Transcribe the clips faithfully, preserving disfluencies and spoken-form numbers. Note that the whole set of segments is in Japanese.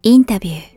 インタビュー。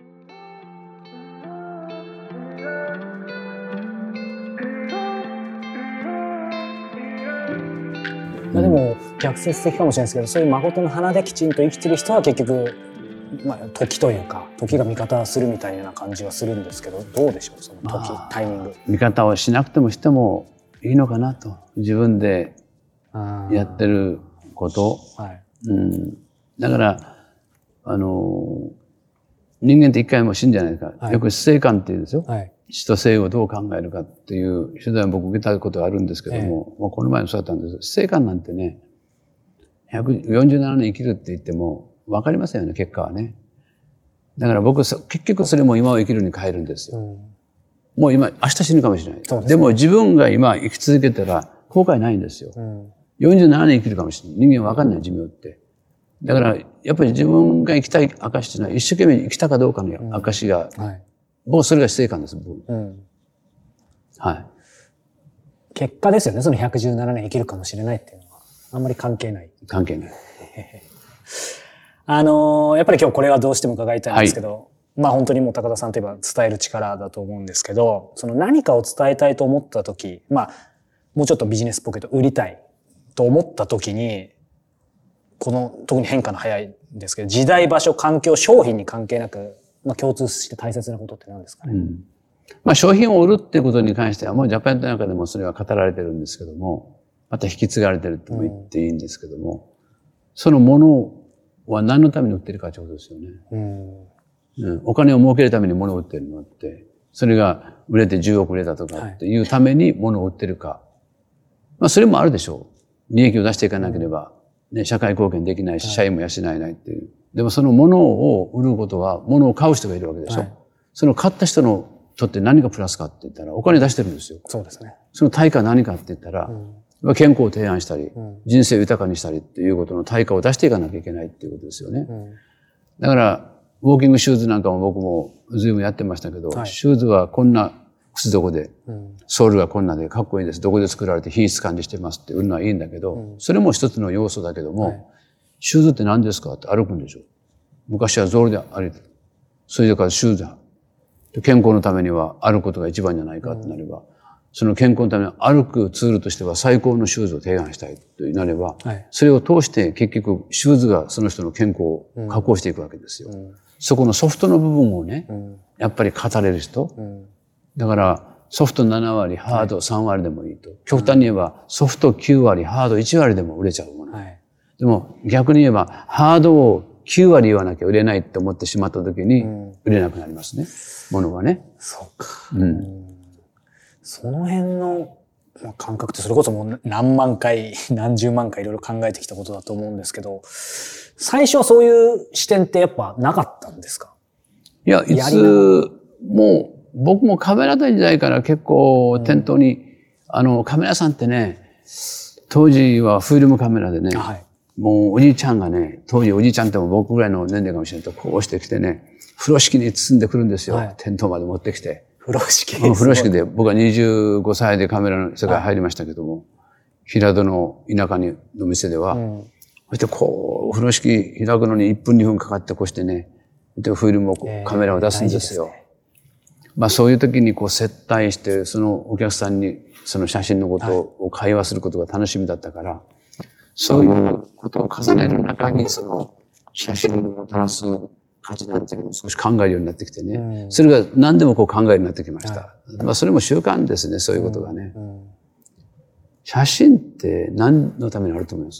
まあでも逆説的かもしれないですけど、そういう誠の花できちんと生きてる人は結局、まあ、時というか時が味方するみたいな感じはするんですけど、どうでしょう、その時、まあ、タイミング。 味方をしなくてもしてもいいのかなと、自分でやってること、はいうん、だからあの人間って一回も死んじゃないですか、はい、よく死生観って言うんですよ、はい、死と生をどう考えるかっていう取材を僕受けたことがあるんですけども、ええ、まあ、この前もそうだったんですけど、死生観なんてねひゃくよんじゅうななねん生きるって言っても分かりませんよね、結果はね。だから僕結局それも今を生きるに変えるんですよ、うん、もう今明日死ぬかもしれない で,、ね、でも自分が今生き続けたら後悔ないんですよ、うん、よんじゅうななねん生きるかもしれない。人間分かんない、寿命って。だからやっぱり自分が生きたい証っていうのは一生懸命生きたかどうかの証が、うんはい、僕それが死生観です、僕、うん、はい。 結果ですよね、そのひゃくじゅうななねん生きるかもしれないっていうのはあんまり関係ない。 関係ない。 あのー、やっぱり今日これはどうしても伺いたいんですけど、はい、まあ本当にもう高田さんといえば伝える力だと思うんですけど、その何かを伝えたいと思った時、まあもうちょっとビジネスっぽく言うと売りたいと思った時に、この特に変化の早いんですけど、時代場所環境商品に関係なく、まあ、共通して大切なことって何ですかね。うんまあ、商品を売るっていうことに関してはもうジャパンの中でもそれは語られてるんですけども、また引き継がれてるとも言っていいんですけども、うん、そのものは何のために売ってるかということですよね、うんうん、お金を儲けるために物を売ってるのって、それが売れてじゅうおく売れたとかっていうために物を売ってるか、はい、まあそれもあるでしょう。利益を出していかなければ、ね、社会貢献できないし、社員も養えないっていう。でもその物を売ることは、物を買う人がいるわけでしょ。はい、その買った人のとって何がプラスかって言ったら、お金出してるんですよ。 そうですね。 その対価は何かって言ったら、うん、健康を提案したり、うん、人生を豊かにしたりっていうことの対価を出していかなきゃいけないっていうことですよね。うん、だから、ウォーキングシューズなんかも僕も随分やってましたけど、はい、シューズはこんな靴底で、うん、ソールがこんなでかっこいいです。どこで作られて品質管理してますって売るのはいいんだけど、うん、それも一つの要素だけども、はい、シューズって何ですかって歩くんでしょ。昔はゾールで歩いてる。それからシューズだ。健康のためには歩くことが一番じゃないかってなれば、うん、その健康のために歩くツールとしては最高のシューズを提案したいとなれば、はい、それを通して結局シューズがその人の健康を確保していくわけですよ。うん、そこのソフトの部分をね、うん、やっぱり語れる人、うん、だからソフトななわり、ハードさんわりでもいいと。はい、極端に言えばソフトきゅうわり、ハードいちわりでも売れちゃうもの。はい、でも逆に言えばハードをきゅうわり言わなきゃ売れないって思ってしまった時に売れなくなりますね。ものはね。 そうか。うん。その辺の感覚ってそれこそもう何万回、何十万回いろいろ考えてきたことだと思うんですけど、最初はそういう視点ってやっぱなかったんですか？ いや、いつもう僕もカメラの時代から結構店頭に、うん、あのカメラさんってね、当時はフィルムカメラでね、はい、もうおじいちゃんがね、当時おじいちゃんっても僕ぐらいの年齢かもしれないと、こうしてきてね、風呂敷に包んでくるんですよ。はい、店頭まで持ってきて。 風呂敷で風呂敷で、僕はにじゅうごさいでカメラの世界入りましたけども、はい、平戸の田舎にの店では、うん、そしてこう、風呂敷開くのにいっぷんにふんかかってこうしてね、でフィルムをカメラを出すんですよ。えー、ですね、まあそういう時にこう接待して、そのお客さんにその写真のことを会話することが楽しみだったから、はい、そういうことを重ねる中に、その写真をもたらす価値なんていうのを少し考えるようになってきてね。うん、それが何でもこう考えるようになってきました。はい、まあそれも習慣ですね、そういうことがね。うんうん、写真って何のためにあると思います？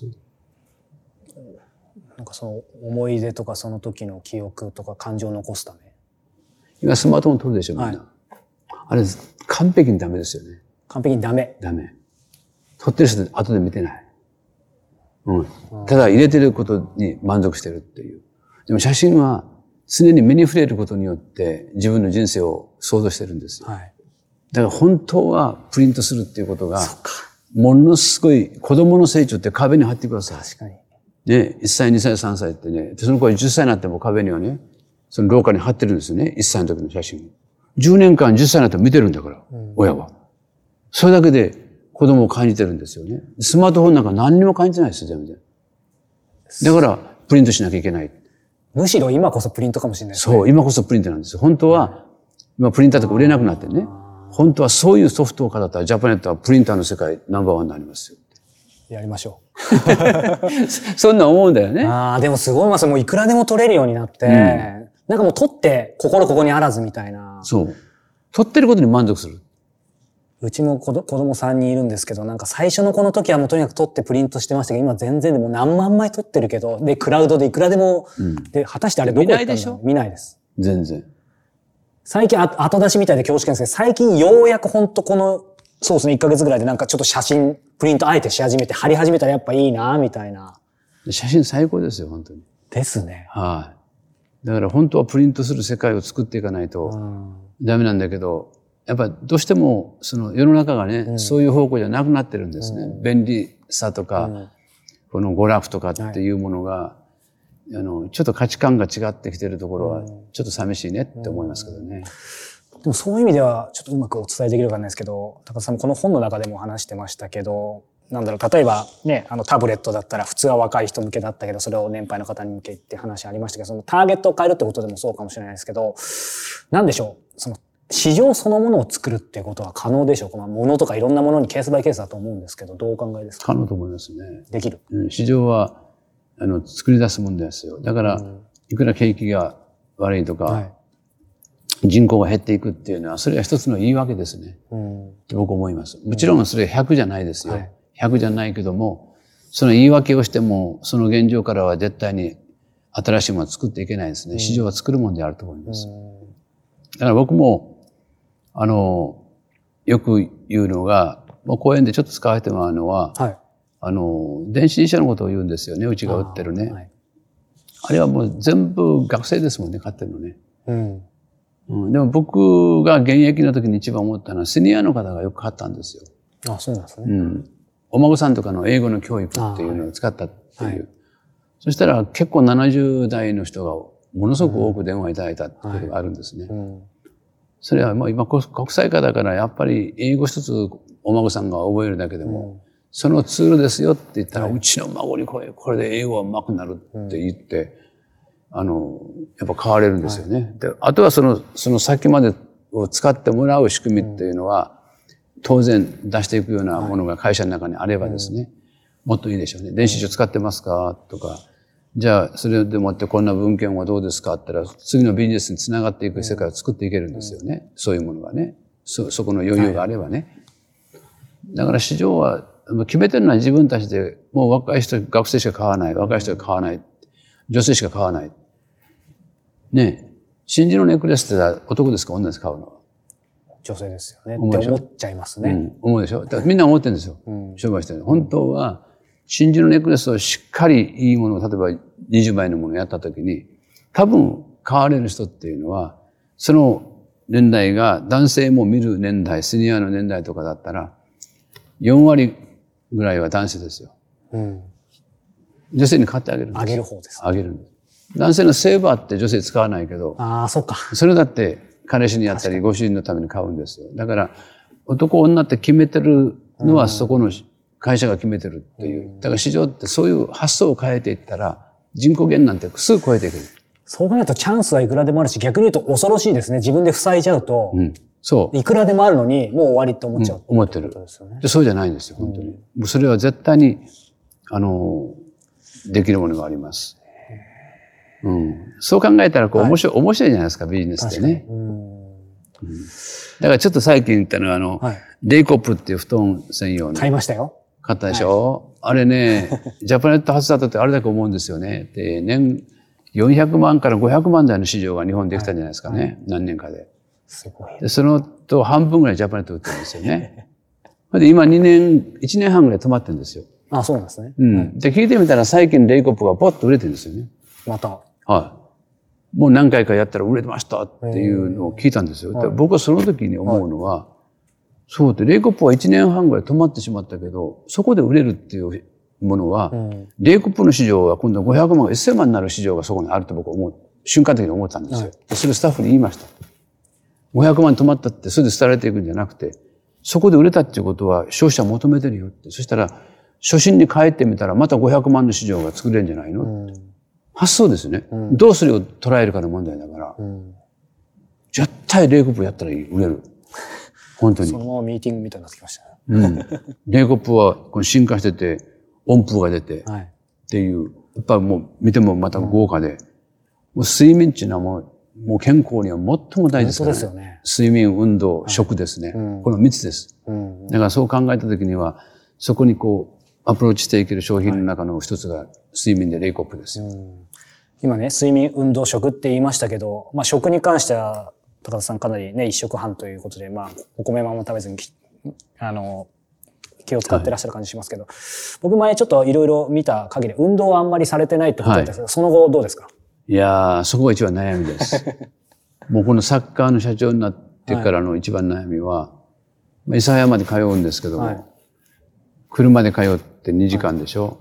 なんかその思い出とかその時の記憶とか感情を残すため。 今スマートフォン撮るでしょ、みんな。はい、あれ、完璧にダメですよね。 完璧にダメ。 ダメ。撮ってる人後で見てない。うん。ただ入れてることに満足してるっていう。でも写真は常に目に触れることによって自分の人生を想像してるんですよ。はい、だから本当はプリントするっていうことが、ものすごい子供の成長って壁に貼ってください。 確かに。 ね、いっさい、にさい、さんさいってね、その子がじゅっさいになっても壁にはね、その廊下に貼ってるんですよね。いっさいの時の写真。じゅうねんかんじゅっさいになっても見てるんだから、うん、親は。それだけで子供を感じてるんですよね。スマートフォンなんか何にも感じてないですよ、全然。だから、プリントしなきゃいけない。 むしろ今こそプリントかもしれないですね。そう、今こそプリントなんですよ。本当は、今プリンターとか売れなくなってね。本当はそういうソフトを買ったらジャパネットはプリンターの世界ナンバーワンになりますよ。 やりましょう。そんな思うんだよね。 ああ、でもすごい、まあ、もういくらでも取れるようになって、うん、なんかもう取って心ここにあらずみたいな。 そう。取ってることに満足する。 うちも子供さんにんいるんですけど、なんか最初のこの時はもうとにかく取ってプリントしてましたけど、今全然でも何万枚取ってるけど、で、クラウドでいくらでも、うん、で、果たしてあれどこ行ったんだろう？見ないでしょ？見ないです。 全然。 最近あ、後出しみたいで恐縮なんですけど、最近ようやくほんとこの、そうですね、いっかげつぐらいでなんかちょっと写真、プリントあえてし始めて、貼り始めたらやっぱいいな、みたいな。 写真最高ですよ、本当に。 ですね。 はい。だから本当はプリントする世界を作っていかないとダメなんだけど、やっぱどうしてもその世の中がね、うん、そういう方向じゃなくなってるんですね。うん、便利さとか、うん、この娯楽とかっていうものが、はい、あの、ちょっと価値観が違ってきてるところは、ちょっと寂しいねって思いますけどね。 でもそういう意味では、ちょっとうまくお伝えできるかわかんないですけど、高田さんもこの本の中でも話してましたけど、なんだろう、例えばね、あのタブレットだったら普通は若い人向けだったけど、それを年配の方に向けって話ありましたけど、そのターゲットを変えるってことでもそうかもしれないですけど、なんでしょう、その市場そのものを作るっていうことは可能でしょうか。まあ、物とかいろんなものにケースバイケースだと思うんですけど、どうお考えですか。 可能と思いますね。 できる。 うん、市場は、あの、作り出すもんですよ。だから、うん、いくら景気が悪いとか、はい、人口が減っていくっていうのは、それは一つの言い訳ですね。うん、って僕思います。もちろんそれひゃくじゃないですよ。はい、ひゃくじゃないけども、その言い訳をしても、その現状からは絶対に新しいものを作っていけないですね。うん、市場は作るもんであると思います。うん、だから僕も、あの、よく言うのが、もう講演でちょっと使われてもらうのは、はい、あの、電子辞書のことを言うんですよね。うちが売ってるね。あ,、はい、あれはもう全部学生ですもんね、買ってるのね。うんうん、でも僕が現役の時に一番思ったのは、シニアの方がよく買ったんですよ。 あ、そうなんですね。 うん。お孫さんとかの英語の教育っていうのを使ったっていう。はいはい、そしたら結構ななじゅう代の人がものすごく多く電話いただいたってことがあるんですね。うんはいうん、それはもう今国際化だからやっぱり英語一つお孫さんが覚えるだけでも、うん、そのツールですよって言ったら、はい、うちの孫にこれ、これで英語は上手くなるって言って、うん、あの、やっぱ買われるんですよね。はい、で、あとはその、その先までを使ってもらう仕組みっていうのは、うん、当然出していくようなものが会社の中にあればですね、はい、もっといいでしょうね。電子書使ってますかとか、じゃあ、それでもってこんな文献はどうですかって言ったら、次のビジネスにつながっていく世界を作っていけるんですよね。うん、そういうものがね。そ、そこの余裕があればね。はい、だから市場は、決めてるのは自分たちで、もう若い人、学生しか買わない。若い人が買わない。女性しか買わない。ねえ。真珠のネックレスって男ですか女ですか買うのは。 女性ですよね。って思っちゃいますね。 うん、思うでしょ。だからみんな思ってるんですよ。うん、商売してる。本当は、真珠のネックレスをしっかりいいものを、例えばにじゅうまいのものをやったときに、多分買われる人っていうのは、その年代が男性も見る年代、シニアの年代とかだったら、よん割ぐらいは男性ですよ。うん、女性に買ってあげるんです。 あげる方です、ね。 あげるんです。男性のセーバーって女性使わないけど、 ああ、そっか。 それだって彼氏にやったりご主人のために買うんですよ。だから、男女って決めてるのはそこの会社が決めてるっていう。だから市場ってそういう発想を変えていったら、人口減なんてすぐ超えていくる。 そう考えるとチャンスはいくらでもあるし、逆に言うと恐ろしいですね。自分で塞いじゃうと、うん、そう。いくらでもあるのに、もう終わりって思っちゃう、うん、 思ってる。で、そうじゃないんですよ、本当に。うん、もうそれは絶対に、あの、できるものがあります。うん、そう考えたら、こう、面白い、はい、面白いじゃないですか、ビジネスってね。うん、だからちょっと最近言ったのは、あの、はい、レイコップっていう布団専用の。 買いましたよ。 買ったでしょ、はい、あれね、ジャパネット発だったってあれだけ思うんですよね。で、年よんひゃくまんからごひゃくまん台の市場が日本できたんじゃないですかね。はい、何年かで。 すごい。 で、そのと半分ぐらいジャパネット売ってるんですよね。で、今にねん、いちねんはんぐらい止まってるんですよ。 あ、そうなんですね。 うん。で、聞いてみたら最近レイコップがポッと売れてるんですよね。 また。 はい。もう何回かやったら売れてましたっていうのを聞いたんですよ。はい、僕はその時に思うのは、はい、そうで、レイコップはいちねんはんぐらい止まってしまったけど、そこで売れるっていうものは、うん、レイコップの市場は今度ごひゃくまん、せんまんになる市場がそこにあると僕は思う、瞬間的に思ったんですよ。はい、それスタッフに言いました。ごひゃくまん止まったってそれで廃れていくんじゃなくて、そこで売れたっていうことは消費者求めてるよって。そしたら、初心に帰ってみたらまたごひゃくまんの市場が作れるんじゃないの、うん、 発想ですね、うん、どうそれを捉えるかの問題だから、うん、絶対レイコップやったらいい、売れる。本当に。 そのままミーティングみたいになってきましたね。 うん。レイコップはこの進化してて、音符が出て、っていう、やっぱもう見てもまた豪華で、うん、もう睡眠っていうのはもう、もう健康には最も大事ですからね。そうですよね。睡眠、運動、はい、食ですね、うん。このみっつです、うん。だからそう考えたときには、そこにこう、アプローチしていける商品の中の一つが睡眠でレイコップですよ。うん、 今ね、睡眠、運動、食って言いましたけど、まあ食に関しては、高田さんかなりね、一食半ということで、まあ、お米まも食べずに、あの、気を使ってらっしゃる感じしますけど、はい、僕前ちょっといろいろ見た限り、運動はあんまりされてないってことだったんですけど、はい、その後どうですか？ いやー、そこが一番悩みです。もうこのサッカーの社長になってからの一番悩みは、諫早まで通うんですけども、はい、車で通ってにじかんでしょ。はい、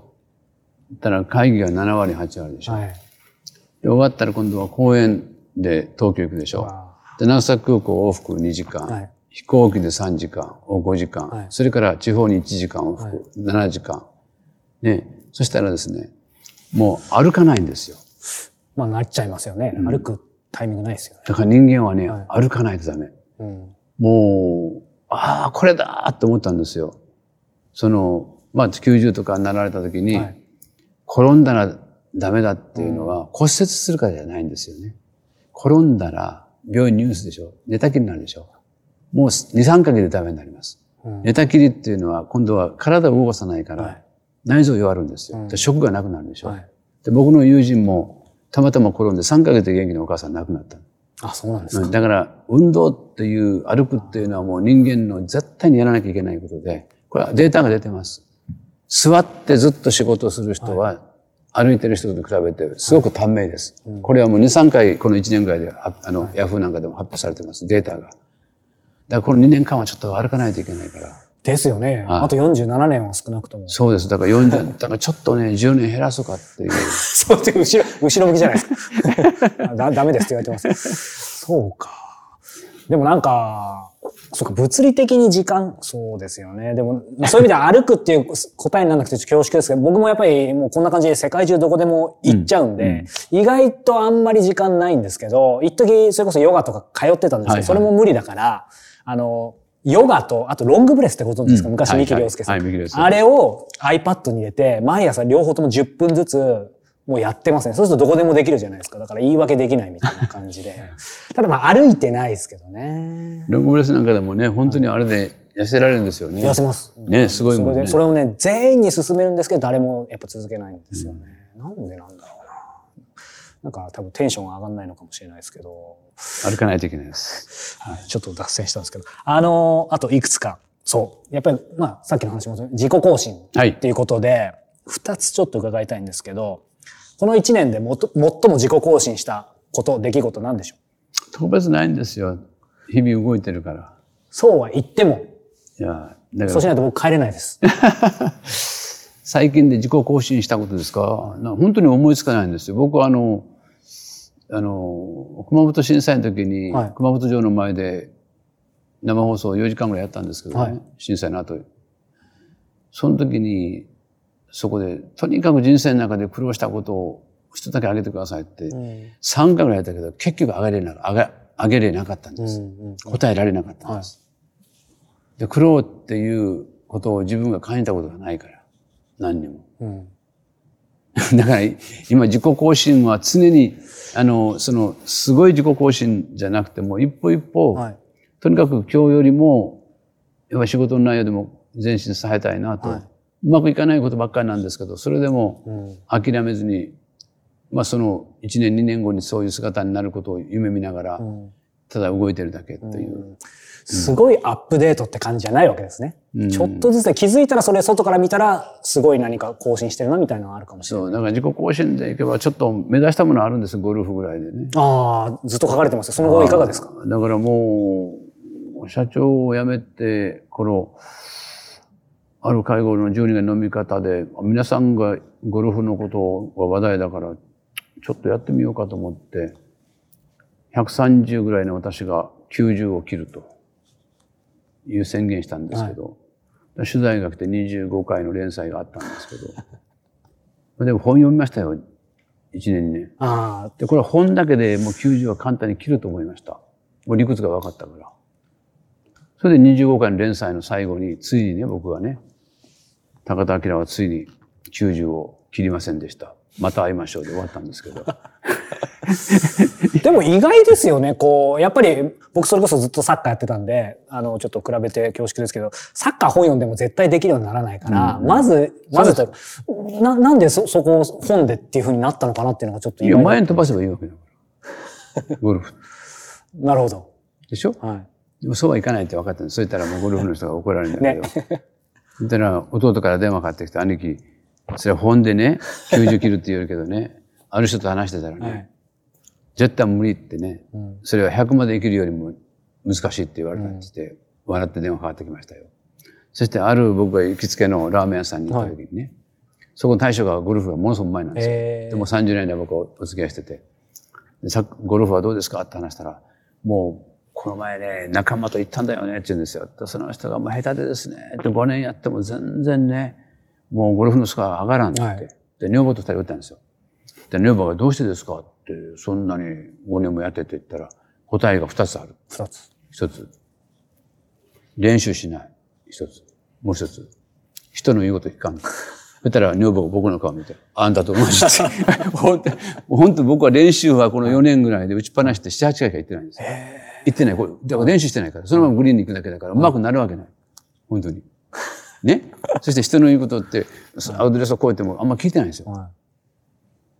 たら会議がななわりはちわりでしょ。はい、で終わったら今度は公園で東京行くでしょ。で長崎空港往復にじかん、はい、飛行機でさんじかん、ごじかん、はい、それから地方にいちじかん往復、はい、ななじかん。ね。そしたらですね、もう歩かないんですよ。 まあなっちゃいますよね。うん、歩くタイミングないですよね。 だから人間はね、はい、歩かないとダメ。うん、もう、ああ、これだーって思ったんですよ。その、まあきゅうじゅうとかになられた時に、はい、転んだらダメだっていうのは、骨折するからじゃないんですよね。転んだら病院にニュースでしょ。寝たきりになるでしょ。もうに、さんかげつでダメになります。うん、寝たきりっていうのは今度は体を動かさないから、内臓弱るんですよ。うん、で食がなくなるでしょ。はい、で僕の友人もたまたま転んでさんかげつで元気なお母さん亡くなった。 あ、そうなんですか。 だから運動っていう歩くっていうのはもう人間の絶対にやらなきゃいけないことで、これはデータが出てます。座ってずっと仕事をする人は、はい、歩いてる人と比べてすごく短命です。はい、これはもうに、さんかいこのいちねんぐらいで、あの、はい、ヤフーなんかでも発表されてます、データが。だからこのにねんかんはちょっと歩かないといけないから。 ですよね。はい、あとよんじゅうななねんは少なくとも。 そうです。だからよんじゅう、だからちょっとね、じゅうねん減らそうかっていう。 そうって後ろ、後ろ向きじゃないですか。だ、ダメですって言われてます。そうか。でもなんか、そうか、物理的に時間、そうですよね。でも、そういう意味では歩くっていう答えにならなくて恐縮ですけど、僕もやっぱりもうこんな感じで世界中どこでも行っちゃうんで、うんうん、意外とあんまり時間ないんですけど、一時それこそヨガとか通ってたんですけど、はいはい、それも無理だから、あの、ヨガと、あとロングブレスってご存知ですか、うん、昔三木亮介さん、はいはい。あれを iPad に入れて、毎朝両方ともじゅっぷんずつ、もうやってますね。そうするとどこでもできるじゃないですか。だから言い訳できないみたいな感じで。ただまあ歩いてないですけどね。 ロングブレスなんかでもね、本当にあれで痩せられるんですよね。 痩せます。 ね、すごいもんね。 それをね、全員に勧めるんですけど、誰もやっぱ続けないんですよね。うん、なんでなんだろうな。なんか多分テンションが上がんないのかもしれないですけど。 歩かないといけないです。 はい。ちょっと脱線したんですけど。あの、あといくつか。そう。やっぱり、まあ、さっきの話も自己更新っていうことで、二、はい、つちょっと伺いたいんですけど、この一年でもと最も自己更新したこと、出来事なんでしょう？ 特別ないんですよ。日々動いてるから。 そうは言っても。 いや、だからそうしないと僕帰れないです。 最近で自己更新したことですか？本当に思いつかないんですよ。僕はあの、あの、熊本震災の時に、はい、熊本城の前で生放送をよじかんぐらいやったんですけどね。はい、震災の後。その時に、そこで、とにかく人生の中で苦労したことを一つだけあげてくださいって、うん、さんかいぐらいやったけど、結局あげれな、あげ、あげれなかったんです。うんうん、答えられなかったんです、はい。で、苦労っていうことを自分が感じたことがないから、何にも。うん、だから、今自己更新は常に、あの、その、すごい自己更新じゃなくても、一歩一歩、はい、とにかく今日よりも、やっぱ仕事の内容でも前進させたいなと。はい、うまくいかないことばっかりなんですけど、それでも諦めずに、うん、まあそのいちねんにねんごにそういう姿になることを夢見ながら、ただ動いてるだけっていう。うんうん、 すごいアップデートって感じじゃないわけですね。うん、ちょっとずつで気づいたらそれ外から見たら、すごい何か更新してるなみたいなのがあるかもしれない。 そう、だから自己更新でいけばちょっと目指したものあるんですよ、ゴルフぐらいでね。 ああ、ずっと書かれてますよ。その後いかがですか？ だからもう、社長を辞めて、この、ある会合のじゅうにんが飲み方で、皆さんがゴルフのことが話題だから、ちょっとやってみようかと思って、ひゃくさんじゅうぐらいの私がきゅうじゅうを切るという宣言したんですけど、はい、取材が来てにじゅうごかいの連載があったんですけど、でも本読みましたよ。 いちねんにね。 ああ。 で、これは本だけでもうきゅうじゅうは簡単に切ると思いました。もう理屈が分かったから。それでにじゅうごかいの連載の最後に、ついにね、僕はね、高田明はついにきゅうじゅうを切りませんでした。また会いましょうで終わったんですけど。 でも意外ですよね。こう、やっぱり僕それこそずっとサッカーやってたんで、あの、ちょっと比べて恐縮ですけど、サッカー本読んでも絶対できるようにならないから、うん、まず、まずと、な、なんでそ、そこを本でっていう風になったのかなっていうのがちょっと意外。 いや、前に飛ばせばいいわけだから。ゴルフ。 なるほど。 でしょ？はい。でもそうはいかないって分かったんです。そう言ったらもうゴルフの人が怒られるんだけど。ね。そしたら弟から電話かかってきて、兄貴、それは本でね、きゅうじゅう切るって言えるけどね、ある人と話してたらね、はい、絶対無理ってね、うん、それはひゃくまで生きるよりも難しいって言われたんですって、うん、笑って電話かかってきましたよ。そしてある僕が行きつけのラーメン屋さんに行った時にね、はい、そこの大将がゴルフがものすごくうまいなんですよ。えー、でもさんじゅうねんで僕はお付き合いしてて、でさゴルフはどうですかって話したら、もうこの前ね、仲間と行ったんだよねって言うんですよ。その人がもう下手でですね、ごねんやっても全然ね、もうゴルフのスコアが上がらんって。はい、で、女房と二人打ったんですよ。で、女房がどうしてですかって、そんなにごねんもやってって言ったら、答えが二つある。 二つ。 一つ。練習しない。一つ。もう一つ。人の言うこと聞かん。そしたら女房が僕の顔見て、あんたと同じって。本当、本当僕は練習はこのよねんぐらいで打ちっぱなしてなな、はちかいしか行ってないんですよ。行ってない。これ、だから練習してないから。そのままグリーンに行くだけだから、上手くなるわけない。本当に。ね。そして人の言うことって、アウトレスを超えてもあんま聞いてないんですよ。はい、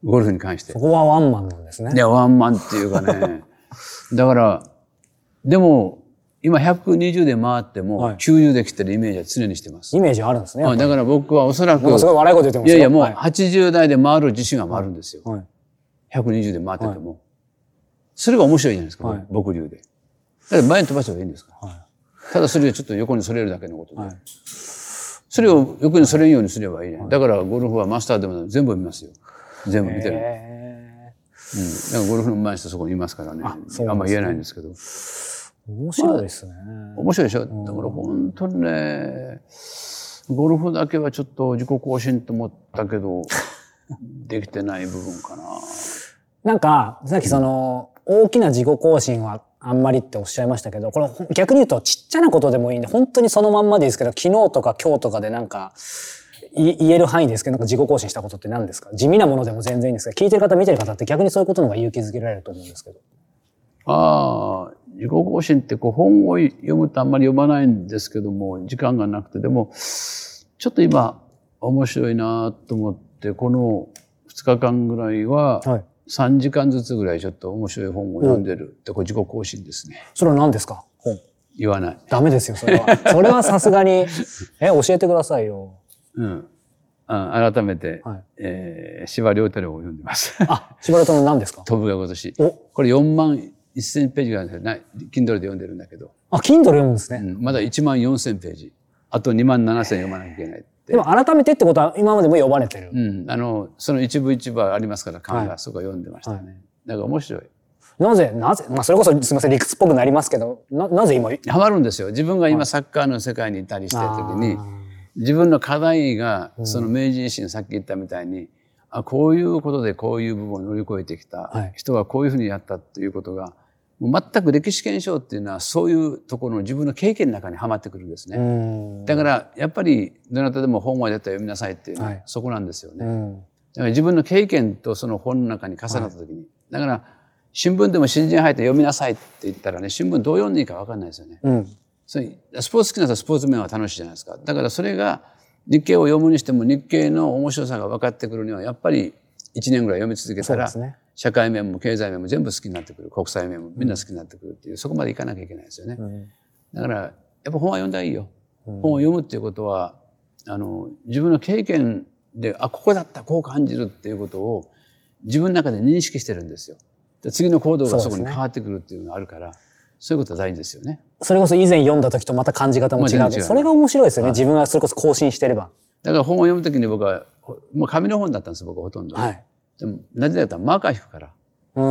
ゴルフに関して。 そこはワンマンなんですね。 いや、ワンマンっていうかね。だから、でも、今ひゃくにじゅうで回っても、きゅうじゅうで来てるイメージは常にしてます。 イメージあるんですね。 だから僕はおそらく。 すごい笑いこと言ってますよ。 いやいや、もうはちじゅう代で回る自信が回るんですよ。はい、ひゃくにじゅうで回ってても。はい、それが面白いじゃないですか、はい、僕流で。だから前に飛ばせばいいんですから。はい、ただそれでちょっと横にそれるだけのことで。はい、それを横にそれんようにすればいいね。はい、だからゴルフはマスターでも全部見ますよ。全部見てる。うん。だからゴルフの上手い人そこにいますからね。あ, ねあんま言えないんですけど。 面白いですね。 まあ、面白いでしょ。だから本当にね、ゴルフだけはちょっと自己更新と思ったけど、できてない部分かな。 なんか、さっきその、大きな自己更新はあんまりっておっしゃいましたけど、これ逆に言うとちっちゃなことでもいいんで、本当にそのまんまでいいですけど、昨日とか今日とかでなんか、言える範囲ですけど、なんか自己更新したことって何ですか？地味なものでも全然いいんですけど、聞いてる方見てる方って逆にそういうことの方が勇気づけられると思うんですけど。 ああ、自己更新ってこう本を読むとあんまり読まないんですけども、時間がなくて、でも、ちょっと今面白いなと思って、このふつかかんぐらいは、さんじかんずつぐらいちょっと面白い本を読んでるって、これ自己更新ですね。 それは何ですか？本。 言わない。 ダメですよ、それは。それはさすがに、え、教えてくださいよ。 うん。あ改めて、はい、えー、司馬遼太郎を読んでます。 あ、司馬遼太郎何ですか？ 飛ぶが今年。おこれよんまんせんページがあるんですよ。な Kindle で読んでるんだけど。 あ、Kindle 読むんですね。 うん、まだいちまんよんせんページ。あとにまんななせん読まなきゃいけないって。 でも改めてってことは今までも読まれてる。 うん。あの、その一部一部ありますから、勘が、はい、そこ読んでましたね。はい、だから面白い。 なぜ、なぜ、まあそれこそすみません、理屈っぽくなりますけど、な、なぜ今。 ハマるんですよ。自分が今サッカーの世界にいたりしてる時に、自分の課題が、その明治維新、さっき言ったみたいに、あ、こういうことでこういう部分を乗り越えてきた、はい、人がこういうふうにやったっていうことが、もう全く歴史検証っていうのはそういうところの自分の経験の中にはまってくるんですね。だからやっぱりどなたでも本は絶対読みなさいっていうのは、はい、そこなんですよね。だから自分の経験とその本の中に重なった時に、はい、だから新聞でも新人入って読みなさいって言ったらね、新聞どう読んでいいか分かんないですよね。うん、それスポーツ好きな人はスポーツ面は楽しいじゃないですか。だからそれが日経を読むにしても日経の面白さが分かってくるにはやっぱりいちねんぐらい読み続けたら、ね、社会面も経済面も全部好きになってくる。国際面もみんな好きになってくるっていう、うん、そこまでいかなきゃいけないですよね。うん、だからやっぱ本は読んだらいいよ。うん、本を読むっていうことは、あの、自分の経験で、あ、ここだった、こう感じるっていうことを自分の中で認識してるんですよ。で次の行動がそこに変わってくるっていうのがあるから、そういうことは大事ですよね。 それこそ以前読んだ時とまた感じ方も違う。まあ、違うそれが面白いですよね。自分がそれこそ更新してれば。 だから本を読む時に僕は、もう紙の本だったんです、僕はほとんど。はい。でも、なぜだったらマーカー引くから。うん、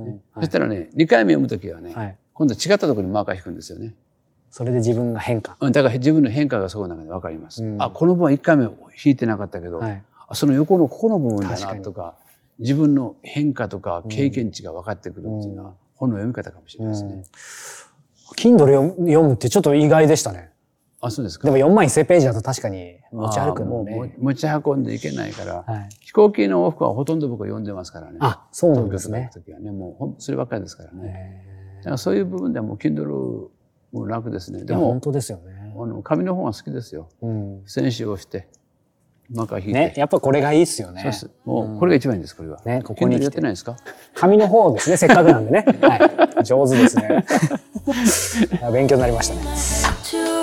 ねはい、そしたらね、にかいめ読むときはね、はい、今度違ったところにマーカー引くんですよね。 それで自分が変化。 うん、だから自分の変化がそこの中で分かります。うん、あ、この分はいっかいめ引いてなかったけど、はい、あその横のここの部分だなとか、 自分の変化とか経験値が分かってくるっていうのは、本の読み方かもしれないですね。 Kindle 読むってちょっと意外でしたね。 あ、そうですか。 でもよんまんせんページだと確かに持ち歩くのね。 もう持ち運んでいけないから、はい、飛行機の往復はほとんど僕は読んでますからね。 あ、そうなんですね。 東京とか行く時はね、もうほんそればっかりですからね。だからそういう部分ではもう Kindle も楽ですね。でも本当ですよね。 あの紙の方が好きですよ。うん、線紙をしてマーカー引いて。 ね、やっぱこれがいいですよね。 そうです。もうこれが一番いいんですこれは。 ね、ここにやってないですか？ 紙の方ですね。せっかくなんでね。はい、上手ですね。勉強になりましたね。